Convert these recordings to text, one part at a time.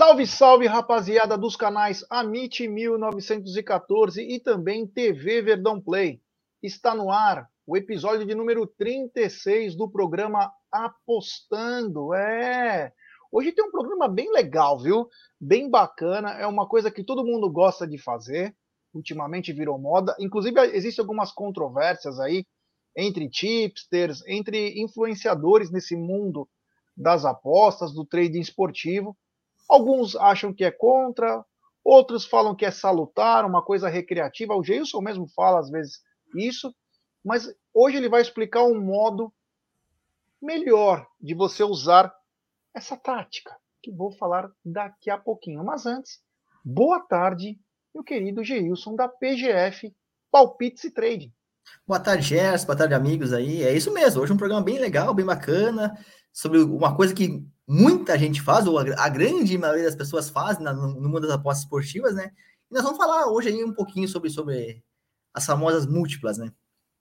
Salve, salve, rapaziada dos canais Amit 1914 e também TV Verdão Play. Está no ar o episódio de número 36 do programa Apostando. Hoje tem um programa bem legal, viu? Bem bacana, é uma coisa que todo mundo gosta de fazer. Ultimamente virou moda. Inclusive, existem algumas controvérsias aí entre tipsters, entre influenciadores nesse mundo das apostas, do trading esportivo. Alguns acham que é contra, outros falam que é salutar, uma coisa recreativa. O Geilson mesmo fala às vezes isso, mas hoje ele vai explicar um modo melhor de você usar essa tática, que vou falar daqui a pouquinho. Mas antes, boa tarde, meu querido Geilson da PGF Palpites e Trading. Boa tarde, Gerson. Boa tarde, amigos aí. É isso mesmo. Hoje é um programa bem legal, bem bacana, sobre uma coisa que muita gente faz, ou a grande maioria das pessoas faz no mundo das apostas esportivas, né? E nós vamos falar hoje aí um pouquinho sobre as famosas múltiplas, né?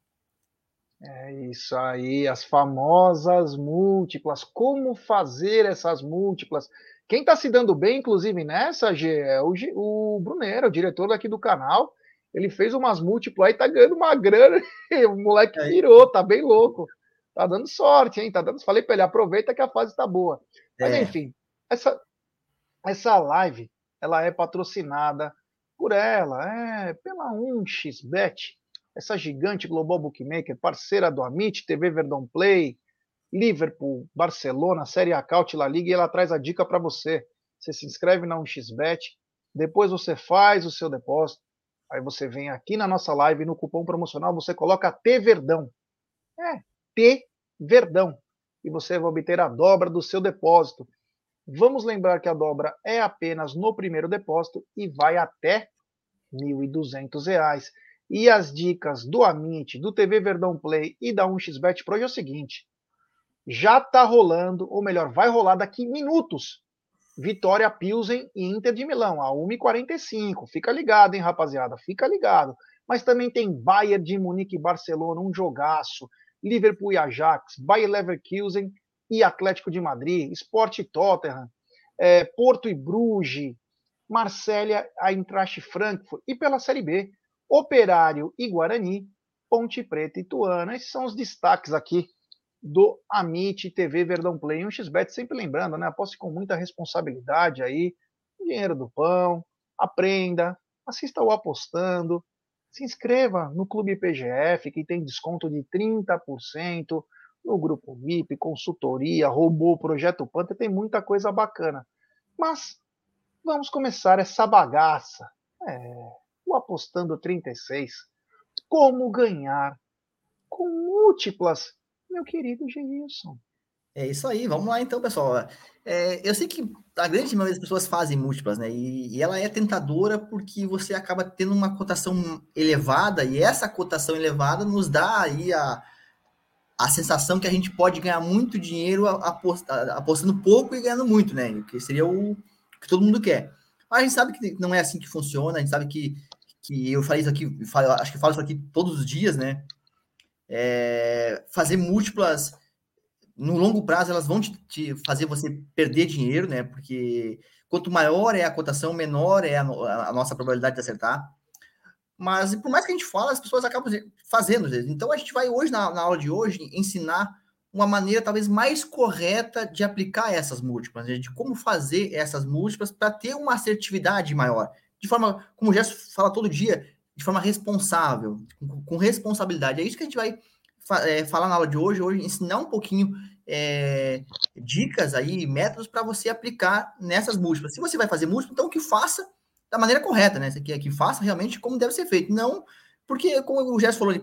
É isso aí, as famosas múltiplas. Como fazer essas múltiplas? Quem está se dando bem, inclusive, nessa, G, é o Brunero, o diretor daqui do canal. Ele fez umas múltiplas aí, tá ganhando uma grana. O moleque pirou, tá bem louco. Tá dando sorte, hein? Tá dando... Falei para ele, aproveita que a fase tá boa. Mas É, enfim, essa live, ela é patrocinada por ela, pela 1xBet, essa gigante global bookmaker, parceira do Amit, TV Verdão Play, Liverpool, Barcelona, Série A, Caut, La Liga, e ela traz a dica para você. Você se inscreve na 1xBet, depois você faz o seu depósito, aí você vem aqui na nossa live, no cupom promocional, você coloca T Verdão. T Verdão. E você vai obter a dobra do seu depósito. Vamos lembrar que a dobra é apenas no primeiro depósito e vai até R$ 1.200. E as dicas do Amit, do TV Verdão Play e da 1xBet Pro é o seguinte: já está rolando, ou melhor, vai rolar daqui minutos, Vitória Pilsen e Inter de Milão, a 1h45. Fica ligado, hein, rapaziada? Fica ligado. Mas também tem Bayern de Munique e Barcelona, um jogaço. Liverpool e Ajax, Bayer Leverkusen e Atlético de Madrid, Sport e Tottenham, Porto e Bruges, Marselha, Eintracht Frankfurt. E pela Série B, Operário e Guarani, Ponte Preta e Ituano. Esses são os destaques aqui do Amit TV Verdão Play. Um xbet, sempre lembrando, né? Aposte com muita responsabilidade aí. Dinheiro do pão, aprenda, assista o Apostando, se inscreva no Clube PGF, que tem desconto de 30%, no Grupo VIP, consultoria, robô, Projeto Panther, tem muita coisa bacana. Mas vamos começar essa bagaça. O Apostando 36. Como ganhar com múltiplas, meu querido Geilson. é isso aí. Vamos lá então, pessoal. Eu sei que a grande maioria das pessoas fazem múltiplas, né? E ela é tentadora porque você acaba tendo uma cotação elevada, e essa cotação elevada nos dá aí a sensação que a gente pode ganhar muito dinheiro apostando pouco e ganhando muito, né? Que seria o que todo mundo quer. Mas a gente sabe que não é assim que funciona, a gente sabe que eu falei isso aqui, acho que eu falo isso aqui todos os dias, né? Fazer múltiplas no longo prazo, elas vão te fazer você perder dinheiro, né? Porque quanto maior é a cotação, menor é a nossa probabilidade de acertar. Mas por mais que a gente fale, as pessoas acabam fazendo. Então a gente vai hoje, na aula de hoje, ensinar uma maneira talvez mais correta de aplicar essas múltiplas, né? De como fazer essas múltiplas para ter uma assertividade maior. De forma, como o Gerson fala todo dia, de forma responsável, com responsabilidade. É isso que a gente vai falar na aula de hoje, ensinar um pouquinho dicas aí, métodos para você aplicar nessas múltiplas. Se você vai fazer múltiplas, então que faça da maneira correta, né? Que faça realmente como deve ser feito. Não porque, como o Gerson falou ali,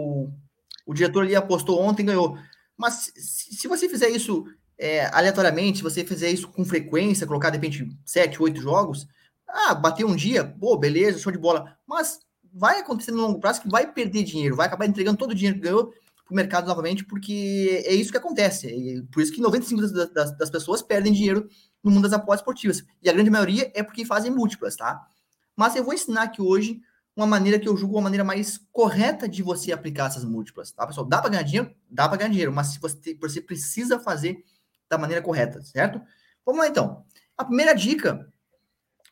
o diretor ali apostou ontem, ganhou. Mas se você fizer isso aleatoriamente, se você fizer isso com frequência, colocar de repente 7, 8 jogos, bater um dia, beleza, show de bola. Mas vai acontecer no longo prazo que vai perder dinheiro, vai acabar entregando todo o dinheiro que ganhou para o mercado novamente, porque é isso que acontece. Por isso que 95% das pessoas perdem dinheiro no mundo das apostas esportivas. E a grande maioria é porque fazem múltiplas, tá? Mas eu vou ensinar aqui hoje uma maneira que eu julgo uma maneira mais correta de você aplicar essas múltiplas, tá, pessoal? Dá para ganhar dinheiro? Dá para ganhar dinheiro, mas você precisa fazer da maneira correta, certo? Vamos lá, então. A primeira dica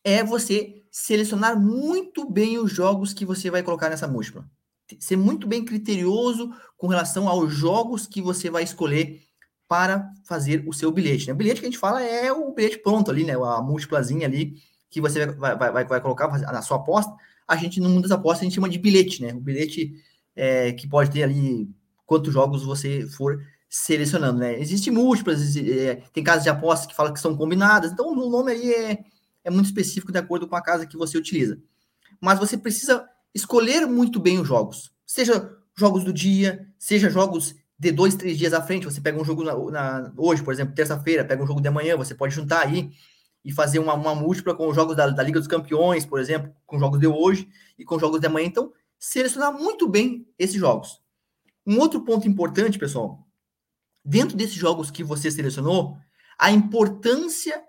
é você selecionar muito bem os jogos que você vai colocar nessa múltipla. Ser muito bem criterioso com relação aos jogos que você vai escolher para fazer o seu bilhete. Né? O bilhete que a gente fala é o bilhete pronto ali, né? A múltiplazinha ali que você vai colocar na sua aposta. A gente, no mundo das apostas, a gente chama de bilhete, né? O bilhete que pode ter ali quantos jogos você for selecionando, né? Existem múltiplas, tem casas de apostas que falam que são combinadas, então o nome aí é muito específico de acordo com a casa que você utiliza. Mas você precisa escolher muito bem os jogos. Seja jogos do dia, seja jogos de 2, 3 dias à frente. Você pega um jogo hoje, por exemplo, terça-feira, pega um jogo de amanhã, você pode juntar aí e fazer uma múltipla com os jogos da Liga dos Campeões, por exemplo, com jogos de hoje e com jogos de amanhã. Então, selecionar muito bem esses jogos. Um outro ponto importante, pessoal, dentro desses jogos que você selecionou, a importância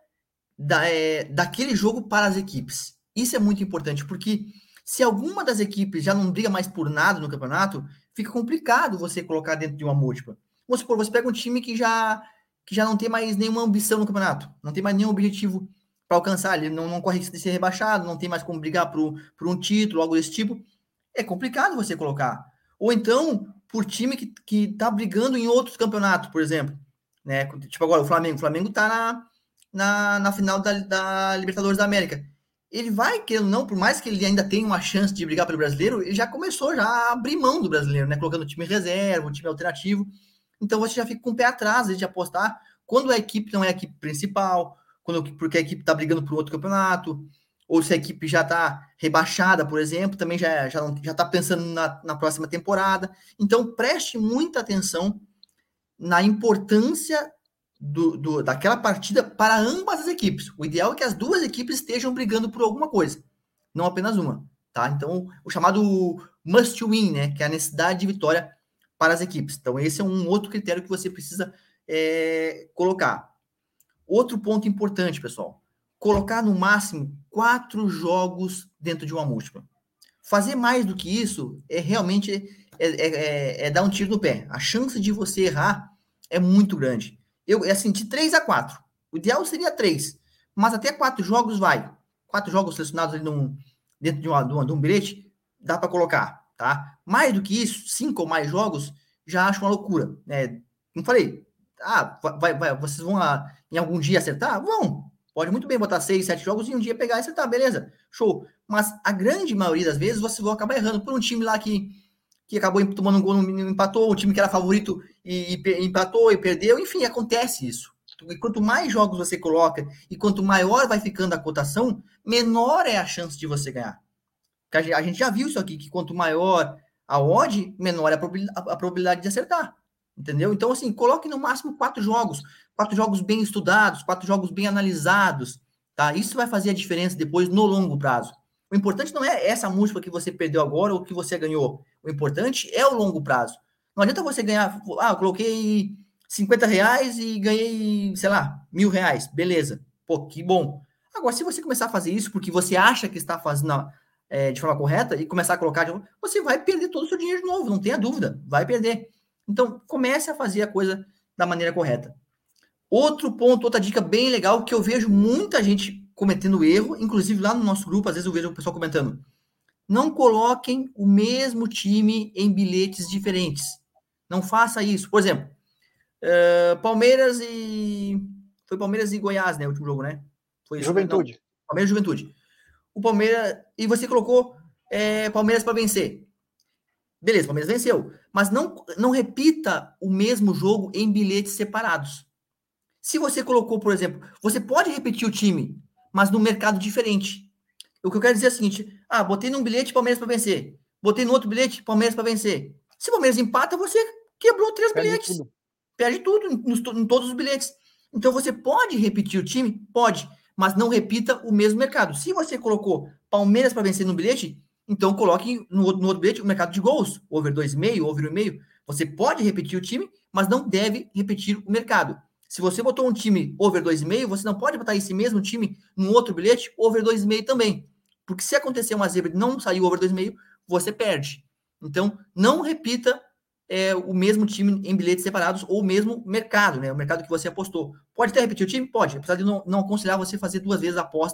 daquele jogo para as equipes. Isso é muito importante, porque se alguma das equipes já não briga mais por nada no campeonato, fica complicado você colocar dentro de uma múltipla. Vamos supor, você pega um time que já não tem mais nenhuma ambição no campeonato, não tem mais nenhum objetivo para alcançar, ele não corre risco de ser rebaixado, não tem mais como brigar por um título, algo desse tipo. É complicado você colocar. Ou então, por time que tá brigando em outros campeonatos, por exemplo. Né? Tipo agora, o Flamengo tá na final da Libertadores da América. Ele vai, querendo ou não, por mais que ele ainda tenha uma chance de brigar pelo brasileiro, ele já começou já a abrir mão do brasileiro, né? Colocando o time reserva, o time alternativo. Então você já fica com o pé atrás de apostar quando a equipe não é a equipe principal, porque a equipe está brigando por outro campeonato, ou se a equipe já está rebaixada, por exemplo, também já está pensando na próxima temporada. Então preste muita atenção na importância daquela partida para ambas as equipes. O ideal é que as duas equipes estejam brigando por alguma coisa, não apenas uma, tá? Então, o chamado must win, né? Que é a necessidade de vitória para as equipes. Então, esse é um outro critério que você precisa colocar. Outro ponto importante, pessoal, colocar no máximo 4 jogos dentro de uma múltipla. Fazer mais do que isso é realmente dar um tiro no pé. A chance de você errar é muito grande. Assim, de 3 a 4. O ideal seria 3, mas até 4 jogos vai. 4 jogos selecionados ali dentro de um bilhete, dá para colocar, tá? Mais do que isso, 5 ou mais jogos, já acho uma loucura. Né? Como falei, vocês vão em algum dia acertar? Vão. Pode muito bem botar 6, 7 jogos e um dia pegar e acertar, beleza. Show. Mas a grande maioria das vezes vocês vão acabar errando por um time lá que acabou tomando um gol, não empatou, um time que era favorito e empatou e perdeu, enfim, acontece isso. E quanto mais jogos você coloca e quanto maior vai ficando a cotação, menor é a chance de você ganhar. A gente já viu isso aqui, que quanto maior a odd, menor é a probabilidade de acertar. Entendeu? Então, assim, coloque no máximo 4 jogos bem estudados, 4 jogos bem analisados, tá? Isso vai fazer a diferença depois no longo prazo. O importante não é essa múltipla que você perdeu agora ou que você ganhou. O importante é o longo prazo. Não adianta você ganhar, eu coloquei R$50 e ganhei, sei lá, R$1.000. Beleza. Pô, que bom. Agora, se você começar a fazer isso porque você acha que está fazendo de forma correta e começar a colocar de novo, você vai perder todo o seu dinheiro de novo, não tenha dúvida, vai perder. Então, comece a fazer a coisa da maneira correta. Outro ponto, outra dica bem legal que eu vejo muita gente cometendo erro, inclusive lá no nosso grupo, às vezes eu vejo o pessoal comentando. Não coloquem o mesmo time em bilhetes diferentes. Não faça isso. Por exemplo, Palmeiras e Goiás, né? O último jogo, né? Foi isso, Juventude. Não, Palmeiras e Juventude. O Palmeiras. E você colocou Palmeiras para vencer. Beleza, o Palmeiras venceu. Mas não repita o mesmo jogo em bilhetes separados. Se você colocou, por exemplo, você pode repetir o time, mas no mercado diferente. O que eu quero dizer é o seguinte: botei num bilhete Palmeiras para vencer. Botei no outro bilhete Palmeiras para vencer. Se o Palmeiras empata, você quebrou 3 bilhetes. Perde tudo em todos os bilhetes. Então você pode repetir o time? Pode, mas não repita o mesmo mercado. Se você colocou Palmeiras para vencer no bilhete, então coloque no outro bilhete o mercado de gols, over 2,5, over 1,5. Você pode repetir o time, mas não deve repetir o mercado. Se você botou um time over 2,5, você não pode botar esse mesmo time num outro bilhete over 2,5 também. Porque se acontecer uma zebra e não sair over 2,5, você perde. Então, não repita o mesmo time em bilhetes separados ou o mesmo mercado, né? O mercado que você apostou. Pode até repetir o time? Pode. Apesar de não aconselhar você fazer 2 vezes a aposta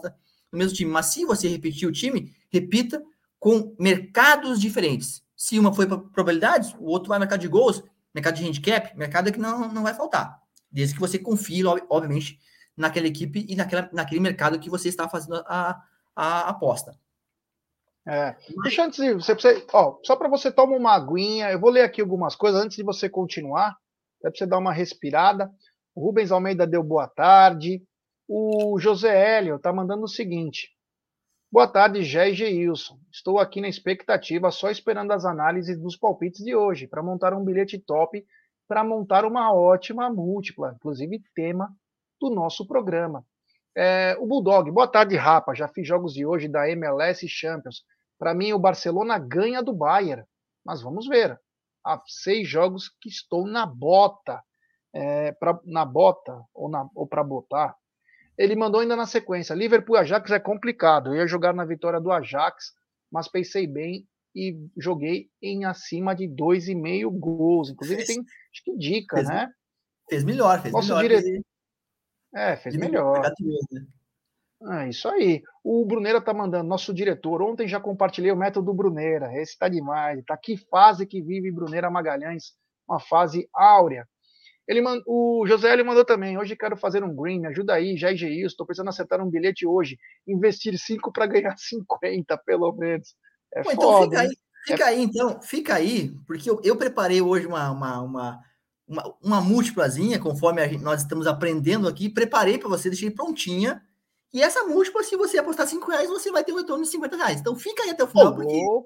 no mesmo time. Mas se você repetir o time, repita com mercados diferentes. Se uma foi para probabilidades, o outro vai mercado de gols, mercado de handicap, mercado que não vai faltar. Desde que você confie, obviamente, naquela equipe e naquele mercado que você está fazendo a aposta. Deixa antes de você, só para você tomar uma aguinha, eu vou ler aqui algumas coisas antes de você continuar, para você dar uma respirada. O Rubens Almeida deu boa tarde. O José Hélio está mandando o seguinte: boa tarde, Gé e Geilson. Estou aqui na expectativa, só esperando as análises dos palpites de hoje, para montar um bilhete top, para montar uma ótima múltipla, inclusive tema do nosso programa. O Bulldog, boa tarde, Rapa. Já fiz jogos de hoje da MLS Champions. Para mim, o Barcelona ganha do Bayern, mas vamos ver. Há 6 jogos que estou na bota, na bota ou para botar. Ele mandou ainda na sequência: Liverpool e Ajax é complicado. Eu ia jogar na vitória do Ajax, mas pensei bem e joguei em acima de 2,5 gols. Inclusive tem, acho que dica, né? Fez melhor, fez Nosso melhor. fez melhor. Isso aí. O Brunera tá mandando, nosso diretor. Ontem já compartilhei o método do Brunera. Esse tá demais. Tá que fase que vive Brunera Magalhães. Uma fase áurea. O José ele mandou também. Hoje quero fazer um green. Me ajuda aí, Jair Geilson. Estou precisando acertar um bilhete hoje. Investir 5 para ganhar 50, pelo menos. Pô, então foda, fica aí, porque eu preparei hoje uma múltiplazinha, conforme nós estamos aprendendo aqui, preparei para você, deixei prontinha. E essa múltipla, se você apostar R$5, você vai ter um retorno de R$50. Então fica aí até o final,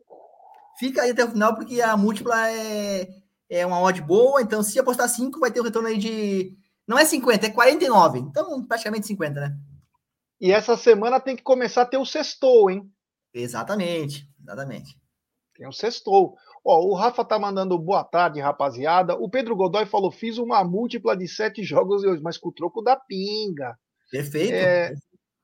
porque a múltipla é uma odd boa. Então, se apostar 5, vai ter um retorno aí de. Não é 50, é 49. Então, praticamente 50, né? E essa semana tem que começar a ter o sextou, hein? Exatamente. Tem o sextou. O Rafa tá mandando boa tarde, rapaziada. O Pedro Godoy falou: fiz uma múltipla de 7 jogos hoje, mas com o troco da pinga. Perfeito.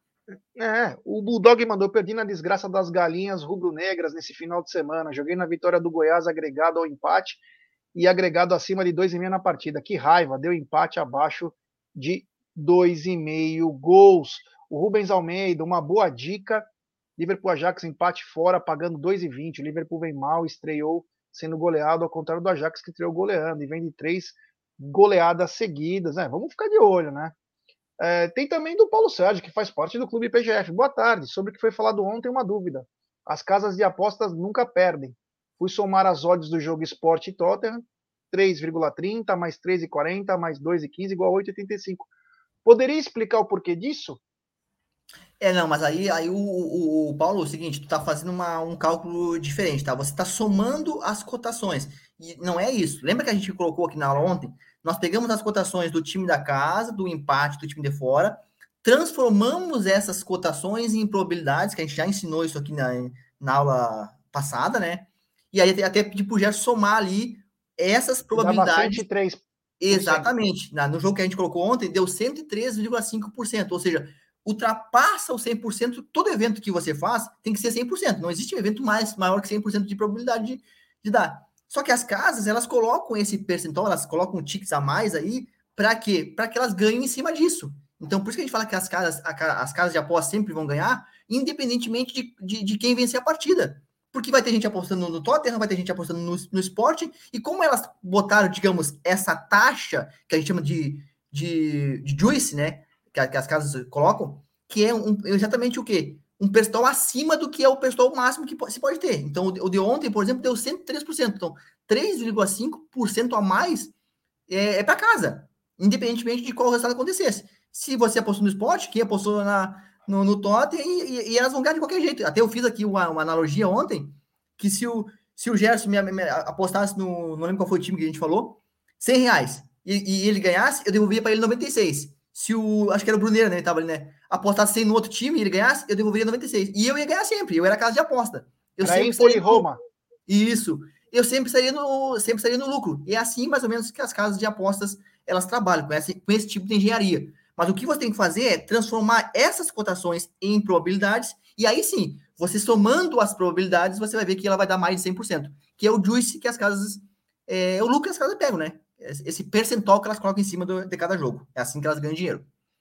O Bulldog mandou: perdi na desgraça das galinhas rubro-negras nesse final de semana. Joguei na vitória do Goiás agregado ao empate e agregado acima de 2,5 na partida. Que raiva, deu empate abaixo de 2,5 gols. O Rubens Almeida, uma boa dica. Liverpool Ajax empate fora, pagando 2,20. O Liverpool vem mal, estreou sendo goleado, ao contrário do Ajax que estreou goleando, e vem de 3 goleadas seguidas. Vamos ficar de olho, né? Tem também do Paulo Sérgio, que faz parte do Clube PGF. Boa tarde. Sobre o que foi falado ontem, uma dúvida. As casas de apostas nunca perdem. Fui somar as odds do jogo Sport e Tottenham, 3,30 mais 3,40 mais 2,15 igual a 8,85. Poderia explicar o porquê disso? Não, mas aí o Paulo, é o seguinte, tu tá fazendo um cálculo diferente, tá? Você tá somando as cotações. E não é isso. Lembra que a gente colocou aqui na aula ontem? Nós pegamos as cotações do time da casa, do empate, do time de fora, transformamos essas cotações em probabilidades, que a gente já ensinou isso aqui na aula passada, né? E aí até pedi pro Gerson somar ali essas probabilidades. Dava 103%. Exatamente. No jogo que a gente colocou ontem, deu 103,5%. Ou seja, ultrapassa o 100%. Todo evento que você faz tem que ser 100%. Não existe um evento maior que 100% de probabilidade de dar. Só que as casas, elas colocam esse percentual, elas colocam tickets a mais aí, para quê? Para que elas ganhem em cima disso. Então, por isso que a gente fala que as casas de aposta sempre vão ganhar, independentemente de quem vencer a partida. Porque vai ter gente apostando no Tottenham, vai ter gente apostando no Sport, e como elas botaram, digamos, essa taxa, que a gente chama de juice, né? Que as casas colocam, que é exatamente o quê? Um percentual acima do que é o percentual máximo que se pode ter. Então, o de ontem, por exemplo, deu 103%. Então, 3,5% a mais é para casa, independentemente de qual resultado acontecesse. Se você apostou no Sport, quem apostou no Tottenham, e elas vão ganhar de qualquer jeito. Até eu fiz aqui uma analogia ontem, que se o Gerson me apostasse não lembro qual foi o time que a gente falou, R$100, e ele ganhasse, eu devolvia para ele 96. Se acho que era o Brunera, né, ele tava ali, né, apostasse 100 no outro time e ele ganhasse, eu devolveria 96. E eu ia ganhar sempre, eu era casa de aposta. Eu era sempre Empoli Roma. Isso. Eu sempre estaria no lucro. E é assim, mais ou menos, que as casas de apostas, elas trabalham, com esse tipo de engenharia. Mas o que você tem que fazer é transformar essas cotações em probabilidades, e aí sim, você somando as probabilidades, você vai ver que ela vai dar mais de 100%, que é o juice que as casas, o lucro que as casas pegam, né? Esse percentual que elas colocam em cima de cada jogo. É assim que elas ganham dinheiro.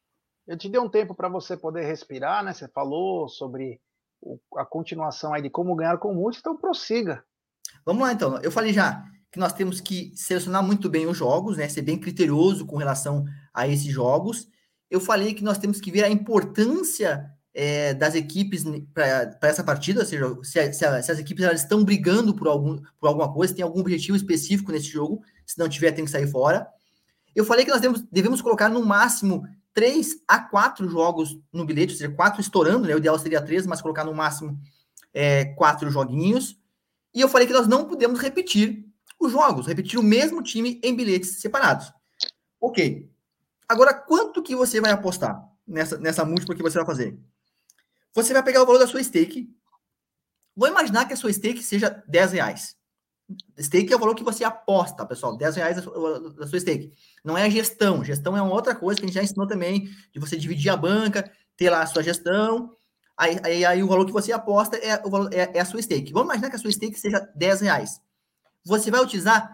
Eu te dei um tempo para você poder respirar, né? Você falou sobre a continuação aí de como ganhar com multi, então prossiga. Vamos lá, então. Eu falei já que nós temos que selecionar muito bem os jogos, né? Ser bem criterioso com relação a esses jogos. Eu falei que nós temos que ver a importância das equipes para essa partida, ou seja, se as equipes elas estão brigando por alguma coisa, tem algum objetivo específico nesse jogo, se não tiver, tem que sair fora. Eu falei que nós devemos colocar no máximo 3 a 4 jogos no bilhete, ou seja, 4 estourando, né? O ideal seria 3, mas colocar no máximo 4 joguinhos. E eu falei que nós não podemos repetir os jogos, repetir o mesmo time em bilhetes separados. Ok. Agora, quanto que você vai apostar nessa múltipla que você vai fazer? Você vai pegar o valor da sua stake. Vou imaginar que a sua stake seja R$10. Stake é o valor que você aposta, pessoal. R$10 da sua stake. Não é a gestão. Gestão é uma outra coisa que a gente já ensinou também, de você dividir a banca, ter lá a sua gestão. Aí o valor que você aposta é a sua stake. Vamos imaginar que a sua stake seja R$10. Você vai utilizar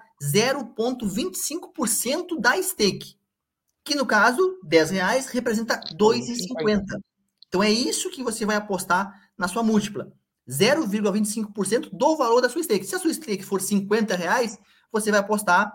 0,25% da stake, que no caso, R$10 representa 2,50. Então é isso que você vai apostar na sua múltipla. 0,25% do valor da sua stake. Se a sua stake for R$50, você vai apostar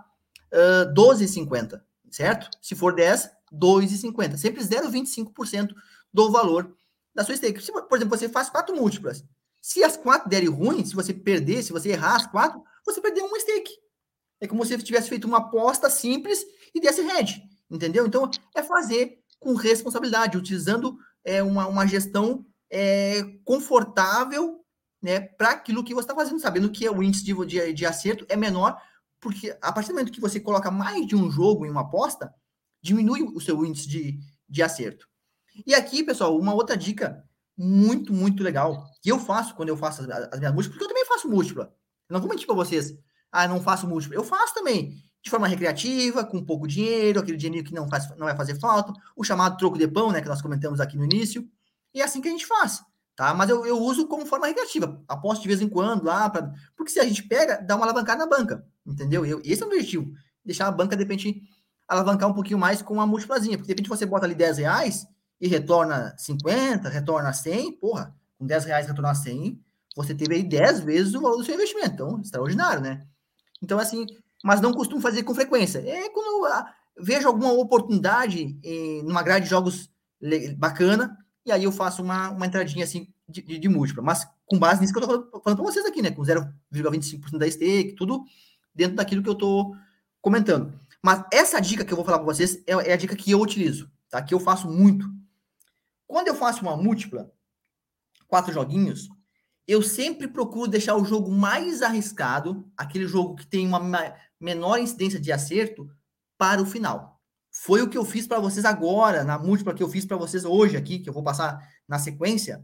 12,50, certo? Se for 10, 2,50. Sempre 0,25% do valor da sua stake. Se, por exemplo, você faz 4 múltiplas. Se as 4 derem ruim, se você perder, se você errar as 4, você perdeu uma stake. É como se você tivesse feito uma aposta simples e desse head, entendeu? Então, é fazer com responsabilidade, utilizando uma gestão confortável, né, para aquilo que você está fazendo, sabendo que o índice de acerto é menor, porque a partir do momento que você coloca mais de um jogo em uma aposta, diminui o seu índice de acerto. E aqui, pessoal, uma outra dica muito, muito legal, que eu faço quando eu faço as minhas múltiplas, porque eu também faço múltipla. Eu não vou mentir para vocês. Ah, não faço múltipla. Eu faço também, de forma recreativa, com pouco dinheiro, aquele dinheiro que não vai fazer falta, o chamado troco de pão, né, que nós comentamos aqui no início. E é assim que a gente faz, tá? Mas eu uso como forma recreativa. Aposto de vez em quando lá, porque se a gente pega, dá uma alavancada na banca, entendeu? Esse é o objetivo. Deixar a banca, de repente, alavancar um pouquinho mais com uma múltiplazinha. Porque de repente você bota ali R$10 e retorna 50, retorna 100, porra, com R$10 retornar 100, você teve aí 10 vezes o valor do seu investimento. Então, extraordinário, né? Então, assim, mas não costumo fazer com frequência. É quando eu vejo alguma oportunidade numa grade de jogos bacana, e aí eu faço uma entradinha assim de múltipla. Mas com base nisso que eu tô falando para vocês aqui, né? Com 0,25% da stake, tudo dentro daquilo que eu tô comentando. Mas essa dica que eu vou falar para vocês é a dica que eu utilizo, tá? Que eu faço muito. Quando eu faço uma múltipla, 4 joguinhos, eu sempre procuro deixar o jogo mais arriscado, aquele jogo que tem uma menor incidência de acerto, para o final. Foi o que eu fiz para vocês agora, na múltipla que eu fiz para vocês hoje aqui, que eu vou passar na sequência,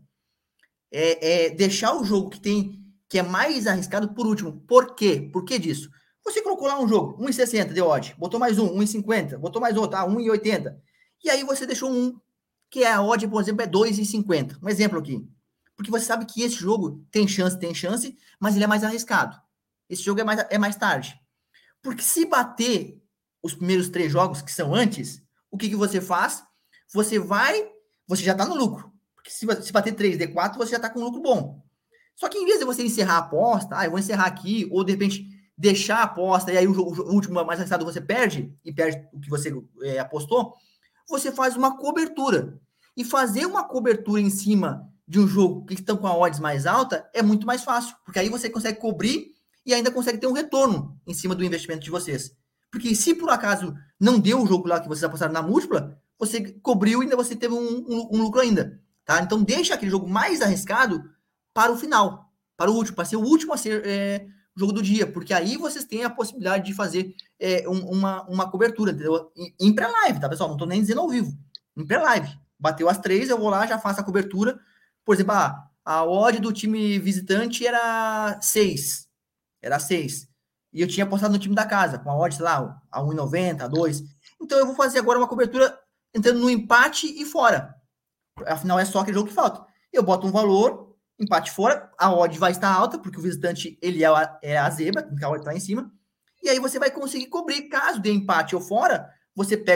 deixar o jogo que é mais arriscado por último. Por quê? Por que disso? Você colocou lá um jogo, 1,60 de odd, botou mais um, 1,50, botou mais outro, 1,80. E aí você deixou um, que a odd, por exemplo, é 2,50. Um exemplo aqui. Porque você sabe que esse jogo tem chance, mas ele é mais arriscado. Esse jogo é mais tarde. Porque se bater os primeiros 3 jogos, que são antes, o que você faz? Você já está no lucro. Porque se bater 3 D4, você já está com um lucro bom. Só que em vez de você encerrar a aposta, eu vou encerrar aqui, ou de repente deixar a aposta, e aí o último mais arriscado você perde, e perde o que você apostou, você faz uma cobertura. E fazer uma cobertura em cima de um jogo que estão com a odds mais alta é muito mais fácil, porque aí você consegue cobrir e ainda consegue ter um retorno em cima do investimento de vocês. Porque se por acaso não deu o jogo lá que vocês apostaram na múltipla, você cobriu e ainda você teve um lucro ainda. Tá? Então deixa aquele jogo mais arriscado para o final, para o último, para ser o último a ser jogo do dia, porque aí vocês têm a possibilidade de fazer uma cobertura, entendeu? Em pré-live, tá, pessoal? Não estou nem dizendo ao vivo. Em pré-live. Bateu as 3, eu vou lá, já faço a cobertura. Por exemplo, a odd do time visitante era 6. Era 6. E eu tinha apostado no time da casa, com a odd, sei lá, a 1,90, a 2. Então eu vou fazer agora uma cobertura entrando no empate e fora. Afinal, é só aquele jogo que falta. Eu boto um valor, empate fora, a odd vai estar alta, porque o visitante ele é a zebra, que a odd está em cima. E aí você vai conseguir cobrir. Caso dê empate ou fora, você pega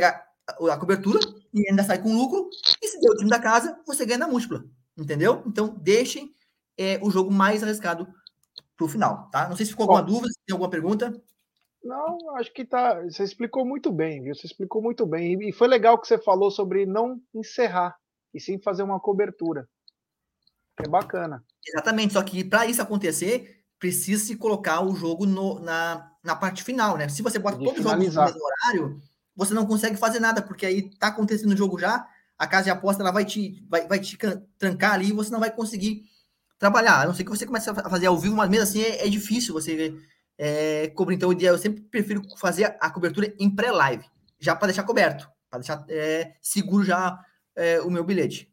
a cobertura e ainda sai com lucro. E se der o time da casa, você ganha na múltipla. Entendeu? Então, deixem o jogo mais arriscado para o final, tá? Não sei se ficou alguma Bom, dúvida, se tem alguma pergunta. não, acho que tá. Você explicou muito bem, viu? Você explicou muito bem. E foi legal que você falou sobre não encerrar, e sim fazer uma cobertura. Que é bacana. Exatamente, só que para isso acontecer, precisa se colocar o jogo na parte final, né? Se você bota De todos os jogos no finalizar. mesmo horário, você não consegue fazer nada, porque aí tá acontecendo o jogo já, a casa de aposta ela vai te trancar ali e você não vai conseguir trabalhar. A não ser que você comece a fazer ao vivo, mas mesmo assim é difícil você cobrir. Então, o ideal, eu sempre prefiro fazer a cobertura em pré-live, já para deixar coberto, para deixar seguro já o meu bilhete.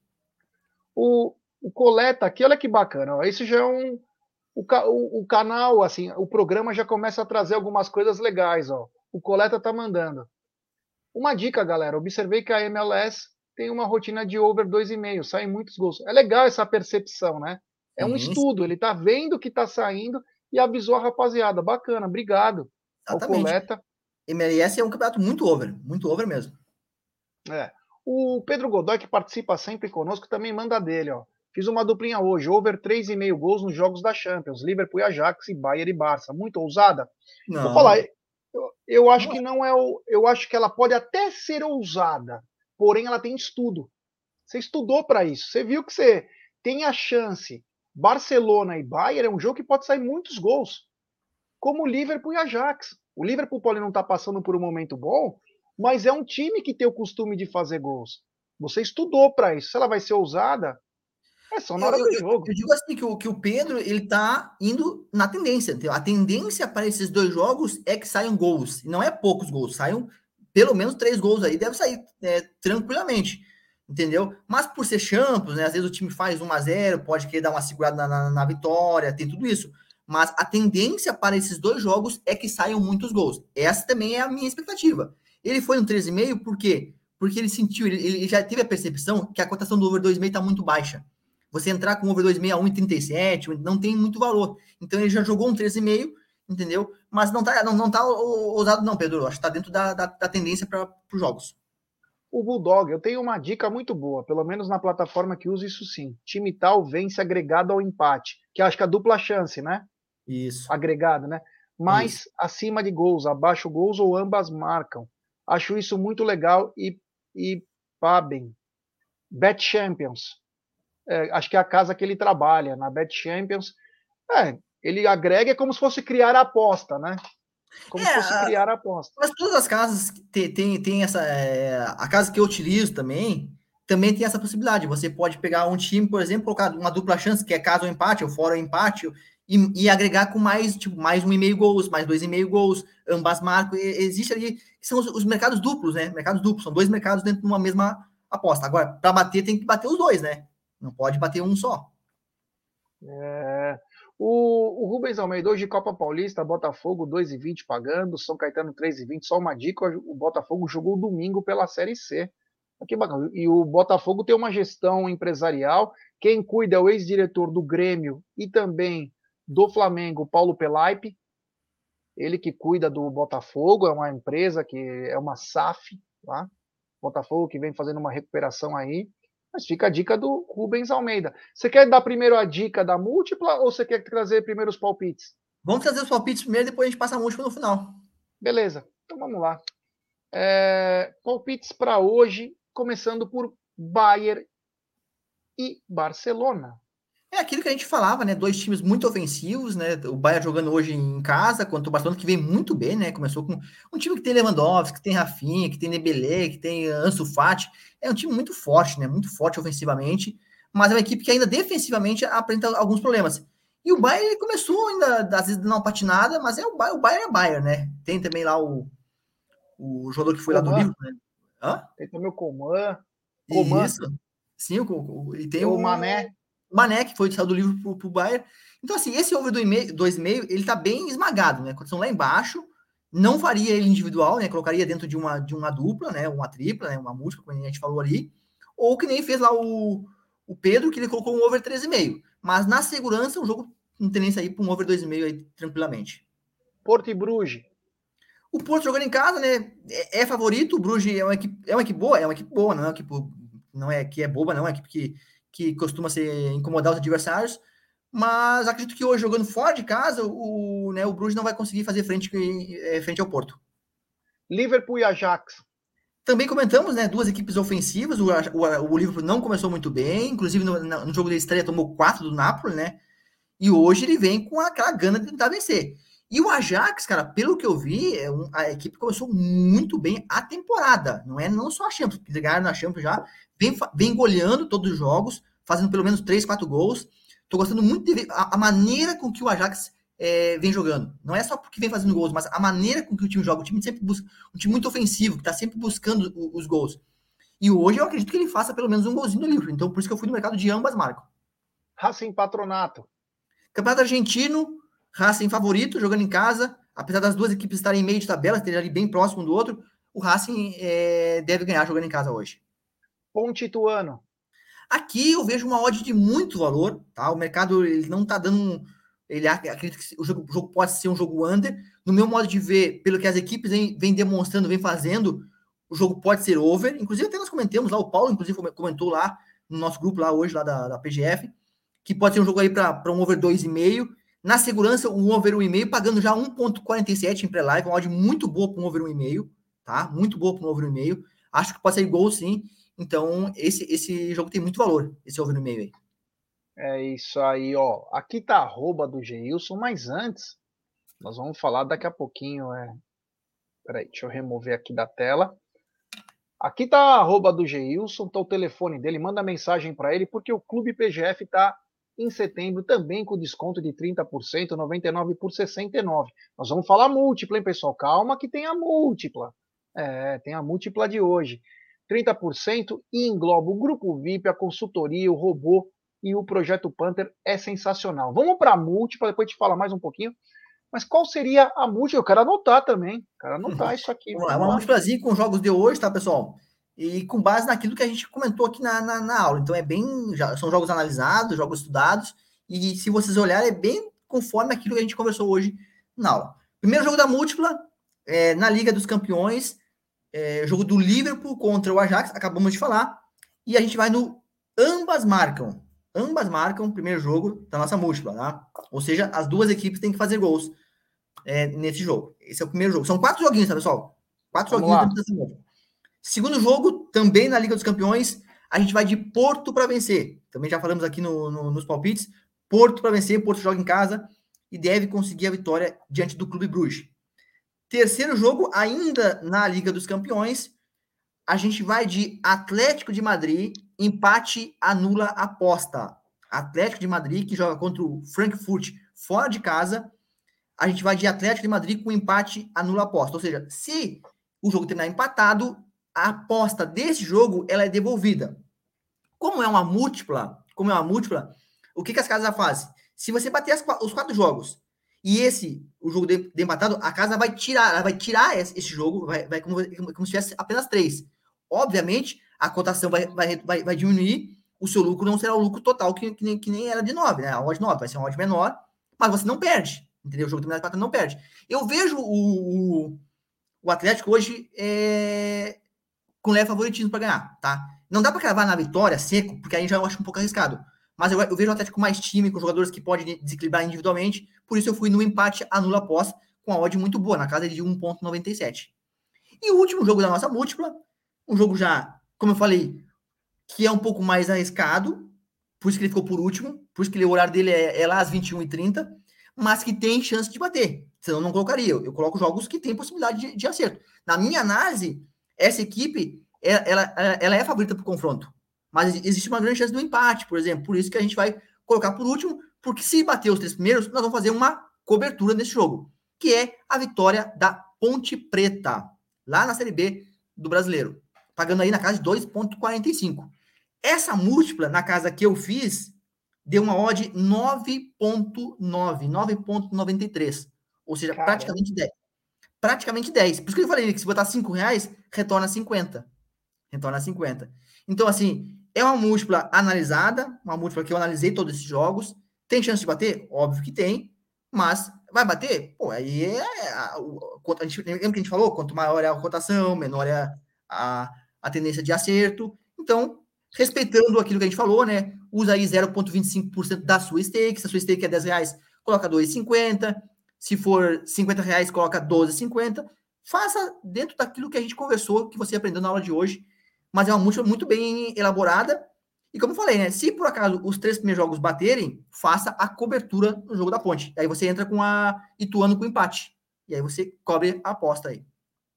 O Coleta aqui, olha que bacana. Ó, isso já é um. O canal, assim, o programa já começa a trazer algumas coisas legais. Ó. O Coleta tá mandando. Uma dica, galera. Observei que a MLS tem uma rotina de over 2,5. Saem muitos gols. É legal essa percepção, né? É um Sim, estudo. Ele tá vendo que tá saindo e avisou a rapaziada. Bacana, obrigado ao exatamente. Coleta. MLS é um campeonato muito over mesmo. É. O Pedro Godoy, que participa sempre conosco, também manda dele, ó. Fiz uma duplinha hoje, over 3,5 gols nos jogos da Champions, Liverpool e Ajax, e Bayern e Barça. Muito ousada. Vou falar, Não, eu acho não é. que não é o. Eu acho que ela pode até ser ousada, porém ela tem estudo. Você estudou para isso. Você viu que você tem a chance. Barcelona e Bayern é um jogo que pode sair muitos gols, como Liverpool e Ajax. O Liverpool pode não estar passando por um momento bom, mas é um time que tem o costume de fazer gols. Você estudou para isso. Se ela vai ser ousada, é só na Eu, hora eu, do eu, jogo. eu digo assim que o Pedro ele tá indo na tendência. Entendeu? A tendência para esses dois jogos é que saiam gols. E não é poucos gols, saiam pelo menos 3 gols aí, deve sair tranquilamente. Entendeu? Mas por ser Champions, né? Às vezes o time faz 1-0, pode querer dar uma segurada na vitória, tem tudo isso. Mas a tendência para esses dois jogos é que saiam muitos gols. Essa também é a minha expectativa. Ele foi no 13,5 por quê? Porque ele sentiu, ele já teve a percepção que a cotação do over 2,5 está muito baixa. Você entrar com over 2,6 a 1,37 não tem muito valor. Então ele já jogou um 13,5, entendeu? Mas não tá ousado, não, Pedro. Acho que tá dentro da tendência para os jogos. O Bulldog, eu tenho uma dica muito boa, pelo menos na plataforma que usa isso sim. Time tal vence agregado ao empate, que acho que é a dupla chance, né? Isso, Agregado, né? isso. Mais acima de gols, abaixo gols ou ambas marcam. Acho isso muito legal e Paben, Bet Champions. Acho que é a casa que ele trabalha, na Bet Champions. Ele agrega é como se fosse criar a aposta, né? Como se fosse É, criar a aposta. mas todas as casas tem essa. A casa que eu utilizo também tem essa possibilidade. Você pode pegar um time, por exemplo, colocar uma dupla chance, que é caso ou empate, ou fora ou empate, e agregar com mais, tipo, mais 1,5 gols, mais 2,5 gols, ambas marcam. Existe ali, que são os mercados duplos, né? Mercados duplos, são dois mercados dentro de uma mesma aposta. Agora, para bater, tem que bater os dois, né? Não pode bater um só. É, o Rubens Almeida, hoje Copa Paulista, Botafogo 2,20 pagando, São Caetano 3,20. Só uma dica: o Botafogo jogou domingo pela Série C. Que bacana. E o Botafogo tem uma gestão empresarial. Quem cuida é o ex-diretor do Grêmio e também do Flamengo, Paulo Pelaipe. Ele que cuida do Botafogo, é uma empresa que é uma SAF, tá? Botafogo que vem fazendo uma recuperação aí. Mas fica a dica do Rubens Almeida. Você quer dar primeiro a dica da múltipla ou você quer trazer primeiro os palpites? Vamos trazer os palpites primeiro, depois a gente passa a múltipla no final. Beleza, então vamos lá. Palpites para hoje, começando por Bayern e Barcelona. É aquilo que a gente falava, né? Dois times muito ofensivos, né? O Bayern jogando hoje em casa contra o Barcelona, que vem muito bem, né? Começou com um time que tem Lewandowski, que tem Rafinha, que tem Dembélé, que tem Ansu Fati. É um time muito forte, né? Muito forte ofensivamente, mas é uma equipe que ainda defensivamente apresenta alguns problemas. E o Bayern ele começou ainda, às vezes, dando uma patinada, mas o Bayern é Bayern, né? Tem também lá o jogador que foi lá do Coman, Liverpool, né? Hã? tem também o Coman, Isso. Sim, e tem o o Mané. Mané, que foi saiu do livro pro Bayern. Então, assim, esse over 2,5, ele tá bem esmagado, né? Quando estão lá embaixo, não faria ele individual, né? Colocaria dentro de uma dupla, né? Uma tripla, né? Uma múltipla, como a gente falou ali. Ou que nem fez lá o Pedro, que ele colocou um over 3,5. Mas na segurança, o jogo não tem nem sair para um over 2,5 aí tranquilamente. Porto e Bruges. O Porto jogando em casa, né? É favorito. O Bruges é uma equipe boa, não é uma equipe, não é que é boba, não é uma equipe que costuma incomodar os adversários. Mas acredito que hoje, jogando fora de casa, o Bruges não vai conseguir fazer frente ao Porto. Liverpool e Ajax. Também comentamos, né? Duas equipes ofensivas. O Liverpool não começou muito bem, inclusive no jogo de estreia tomou 4 do Napoli, né? E hoje ele vem com aquela gana de tentar vencer. E o Ajax, cara, pelo que eu vi, a equipe começou muito bem a temporada. Não só a Champions, porque ganharam na Champions já. Vem goleando todos os jogos, fazendo pelo menos 3, 4 gols. Tô gostando muito de ver a maneira com que o Ajax vem jogando. Não é só porque vem fazendo gols, mas a maneira com que o time joga. O time sempre busca, um time muito ofensivo, que tá sempre buscando os gols. E hoje eu acredito que ele faça pelo menos um golzinho no livro. Então por isso que eu fui no mercado de ambas marcas. Racing Patronato. Campeonato Argentino, Racing favorito, jogando em casa. Apesar das duas equipes estarem em meio de tabela, estarem ali bem próximo um do outro, o Racing deve ganhar jogando em casa hoje. Ponte Ituano. Aqui eu vejo uma odd de muito valor, tá? O mercado ele não tá dando. Ele acredita que o jogo pode ser um jogo under. No meu modo de ver, pelo que as equipes vêm demonstrando, vêm fazendo, o jogo pode ser over. Inclusive, até nós comentamos lá, o Paulo, inclusive, comentou lá no nosso grupo lá hoje, lá da PGF, que pode ser um jogo aí para um over 2,5. Na segurança, um over 1,5, pagando já 1,47 em pré-live, uma odd muito boa para um over 1,5, tá? Muito boa para um over 1,5. Acho que pode sair gol, sim. Então, esse jogo tem muito valor, esse over no meio aí. É isso aí, ó. Aqui tá a arroba do Geilson, mas antes, nós vamos falar daqui a pouquinho. Peraí, deixa eu remover aqui da tela. Aqui tá a arroba do Geilson, tá o telefone dele, manda mensagem para ele, porque o Clube PGF tá em setembro também com desconto de 30%, 99 por 69. Nós vamos falar múltipla, hein, pessoal? Calma que tem a múltipla. Tem a múltipla de hoje. 30% e engloba o grupo VIP, a consultoria, o robô e o projeto Panther é sensacional. Vamos para a múltipla, depois a gente fala mais um pouquinho. Mas qual seria a múltipla? Eu quero anotar também. Quero anotar isso aqui. Vamos lá, uma múltiplazinha com os jogos de hoje, tá, pessoal? E com base naquilo que a gente comentou aqui na aula. Então, são jogos analisados, jogos estudados, e se vocês olharem, é bem conforme aquilo que a gente conversou hoje na aula. Primeiro jogo da múltipla, na Liga dos Campeões, jogo do Liverpool contra o Ajax, acabamos de falar, e a gente vai no ambas marcam. Ambas marcam o primeiro jogo da nossa múltipla, tá? Ou seja, as duas equipes têm que fazer gols nesse jogo. Esse é o primeiro jogo. São 4 joguinhos, tá, pessoal? 4 joguinhos dentro dessa múltipla. Segundo jogo, também na Liga dos Campeões, a gente vai de Porto para vencer. Também já falamos aqui nos palpites. Porto para vencer, Porto joga em casa e deve conseguir a vitória diante do Clube Bruges. Terceiro jogo, ainda na Liga dos Campeões, a gente vai de Atlético de Madrid, empate anula aposta. Atlético de Madrid, que joga contra o Frankfurt fora de casa, a gente vai de Atlético de Madrid com empate anula aposta. Ou seja, se o jogo terminar empatado, a aposta desse jogo ela é devolvida. Como é uma múltipla, o que as casas fazem? Se você bater os 4 jogos e o jogo de empatado, a casa vai tirar esse jogo, vai como se tivesse apenas 3. Obviamente, a cotação vai diminuir, o seu lucro não será o lucro total que nem era de 9, né? A odd 9 vai ser uma odd menor, mas você não perde, entendeu? O jogo terminado empatado não perde. Eu vejo o Atlético hoje com leve favoritismo para ganhar, tá? Não dá para cravar na vitória seco, porque aí já eu acho um pouco arriscado. Mas eu vejo o Atlético com mais time, com jogadores que podem desequilibrar individualmente. Por isso eu fui no empate anula aposta, com a odd muito boa, na casa de 1,97. E o último jogo da nossa múltipla, um jogo já, como eu falei, que é um pouco mais arriscado, por isso que ele ficou por último, por isso que o horário dele é lá às 21h30, mas que tem chance de bater. Senão eu não colocaria. Eu coloco jogos que têm possibilidade de acerto. Na minha análise, essa equipe, ela é a favorita para o confronto. Mas existe uma grande chance do empate, por exemplo. Por isso que a gente vai colocar por último, porque se bater os 3 primeiros, nós vamos fazer uma cobertura nesse jogo, que é a vitória da Ponte Preta, lá na Série B do Brasileiro, pagando aí na casa de 2,45. Essa múltipla, na casa que eu fiz, deu uma odd 9,9, 9,93. Ou seja, caramba, praticamente 10. Praticamente 10. Por isso que eu falei que se botar R$5, retorna 50. Retorna 50. Então, assim, é uma múltipla analisada, uma múltipla que eu analisei todos esses jogos. Tem chance de bater? Óbvio que tem. Mas vai bater? Pô, aí lembra que a gente falou? Quanto maior é a cotação, menor é a tendência de acerto. Então, respeitando aquilo que a gente falou, né? Usa aí 0,25% da sua stake. Se a sua stake é R$10, coloca 2,50. Se for R$50, coloca 12,50. Faça dentro daquilo que a gente conversou, que você aprendeu na aula de hoje. Mas é uma múltipla muito bem elaborada. E como eu falei, né? Se por acaso os 3 primeiros jogos baterem, faça a cobertura no jogo da ponte. Aí você entra com a Ituano com empate. E aí você cobre a aposta aí.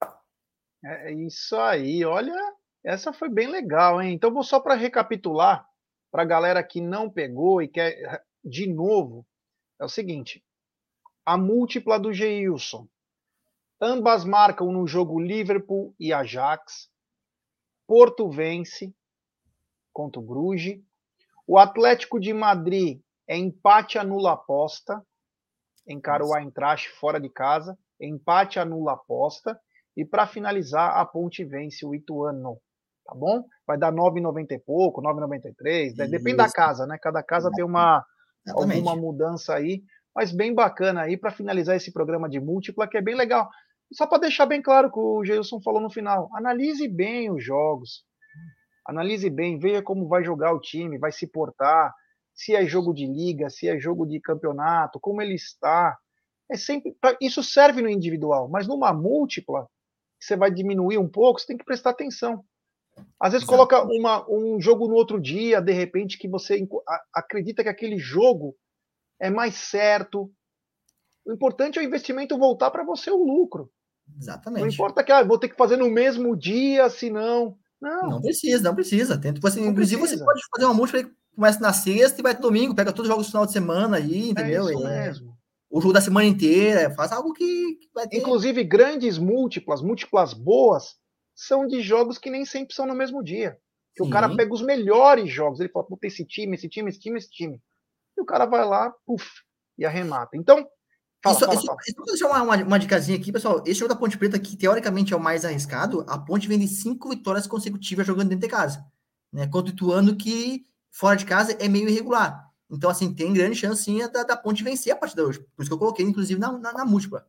É isso aí, olha, essa foi bem legal, hein? Então, vou só para recapitular, para a galera que não pegou e quer de novo, é o seguinte: a múltipla do Geilson. Ambas marcam no jogo Liverpool e Ajax. Porto vence contra o Bruges. O Atlético de Madrid é empate anula aposta. Encara o Eintracht fora de casa. Empate anula aposta. E para finalizar, a Ponte vence o Ituano. Tá bom? Vai dar 9,90 e pouco, 9,93. Depende da casa, né? Cada casa tem alguma mudança aí. Mas bem bacana aí para finalizar esse programa de múltipla, que é bem legal. Só para deixar bem claro o que o Geilson falou no final. Analise bem os jogos. Analise bem, veja como vai jogar o time, vai se portar, se é jogo de liga, se é jogo de campeonato, como ele está. É sempre, isso serve no individual, mas numa múltipla, você vai diminuir um pouco, você tem que prestar atenção. Às vezes Exato. coloca um jogo no outro dia, de repente, que você acredita que aquele jogo é mais certo. O importante é o investimento voltar para você o lucro. Não Exatamente. importa que vou ter que fazer no mesmo dia, senão. Não precisa, não precisa. Tenta, assim, Não inclusive, precisa. você pode fazer uma múltipla que começa na sexta e vai domingo, pega todos os jogos do final de semana aí, É entendeu? isso mesmo. O jogo da semana inteira, faz algo que vai ter. Inclusive, grandes múltiplas boas, são de jogos que nem sempre são no mesmo dia. Que o cara Sim. pega os melhores jogos, ele fala, puta, esse time, esse time, esse time, esse time. E o cara vai lá, puf, e arremata. Então, fala. Vou deixar uma dicasinha aqui, pessoal. Esse jogo da Ponte Preta, que teoricamente é o mais arriscado, a Ponte vem de 5 vitórias consecutivas jogando dentro de casa. Né? Contra o Ituano, que fora de casa é meio irregular. Então, assim, tem grande chance sim da Ponte vencer a partida hoje. Por isso que eu coloquei, inclusive, na múltipla.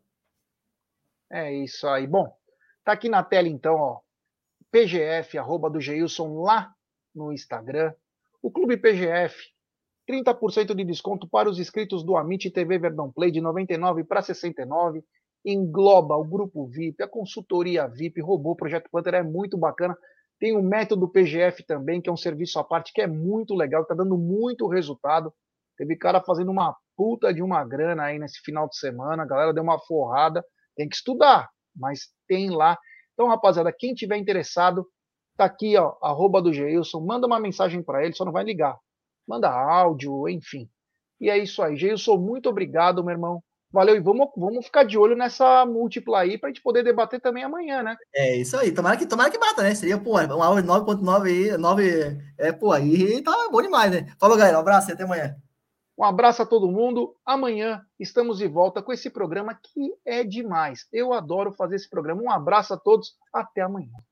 É isso aí. Bom, tá aqui na tela então, ó. PGF, @ do Geilson lá no Instagram. O Clube PGF, 30% de desconto para os inscritos do Amit TV Verdão Play, de 99 para 69. Engloba o grupo VIP, a consultoria VIP, robô Projeto Panther, é muito bacana. Tem o método PGF também, que é um serviço à parte que é muito legal, está dando muito resultado. Teve cara fazendo uma puta de uma grana aí nesse final de semana, a galera deu uma forrada. Tem que estudar, mas tem lá. Então, rapaziada, quem tiver interessado, tá aqui, ó, @ do Geilson, manda uma mensagem para ele, só não vai ligar. Manda áudio, enfim. E é isso aí. Geilson, muito obrigado, meu irmão. Valeu, e vamos ficar de olho nessa múltipla aí pra gente poder debater também amanhã, né? É isso aí. Tomara que bata, né? Seria, pô, uma aula de 9,9 aí, 9. Pô, aí tá bom demais, né? Falou, galera. Um abraço e até amanhã. Um abraço a todo mundo. Amanhã estamos de volta com esse programa que é demais. Eu adoro fazer esse programa. Um abraço a todos. Até amanhã.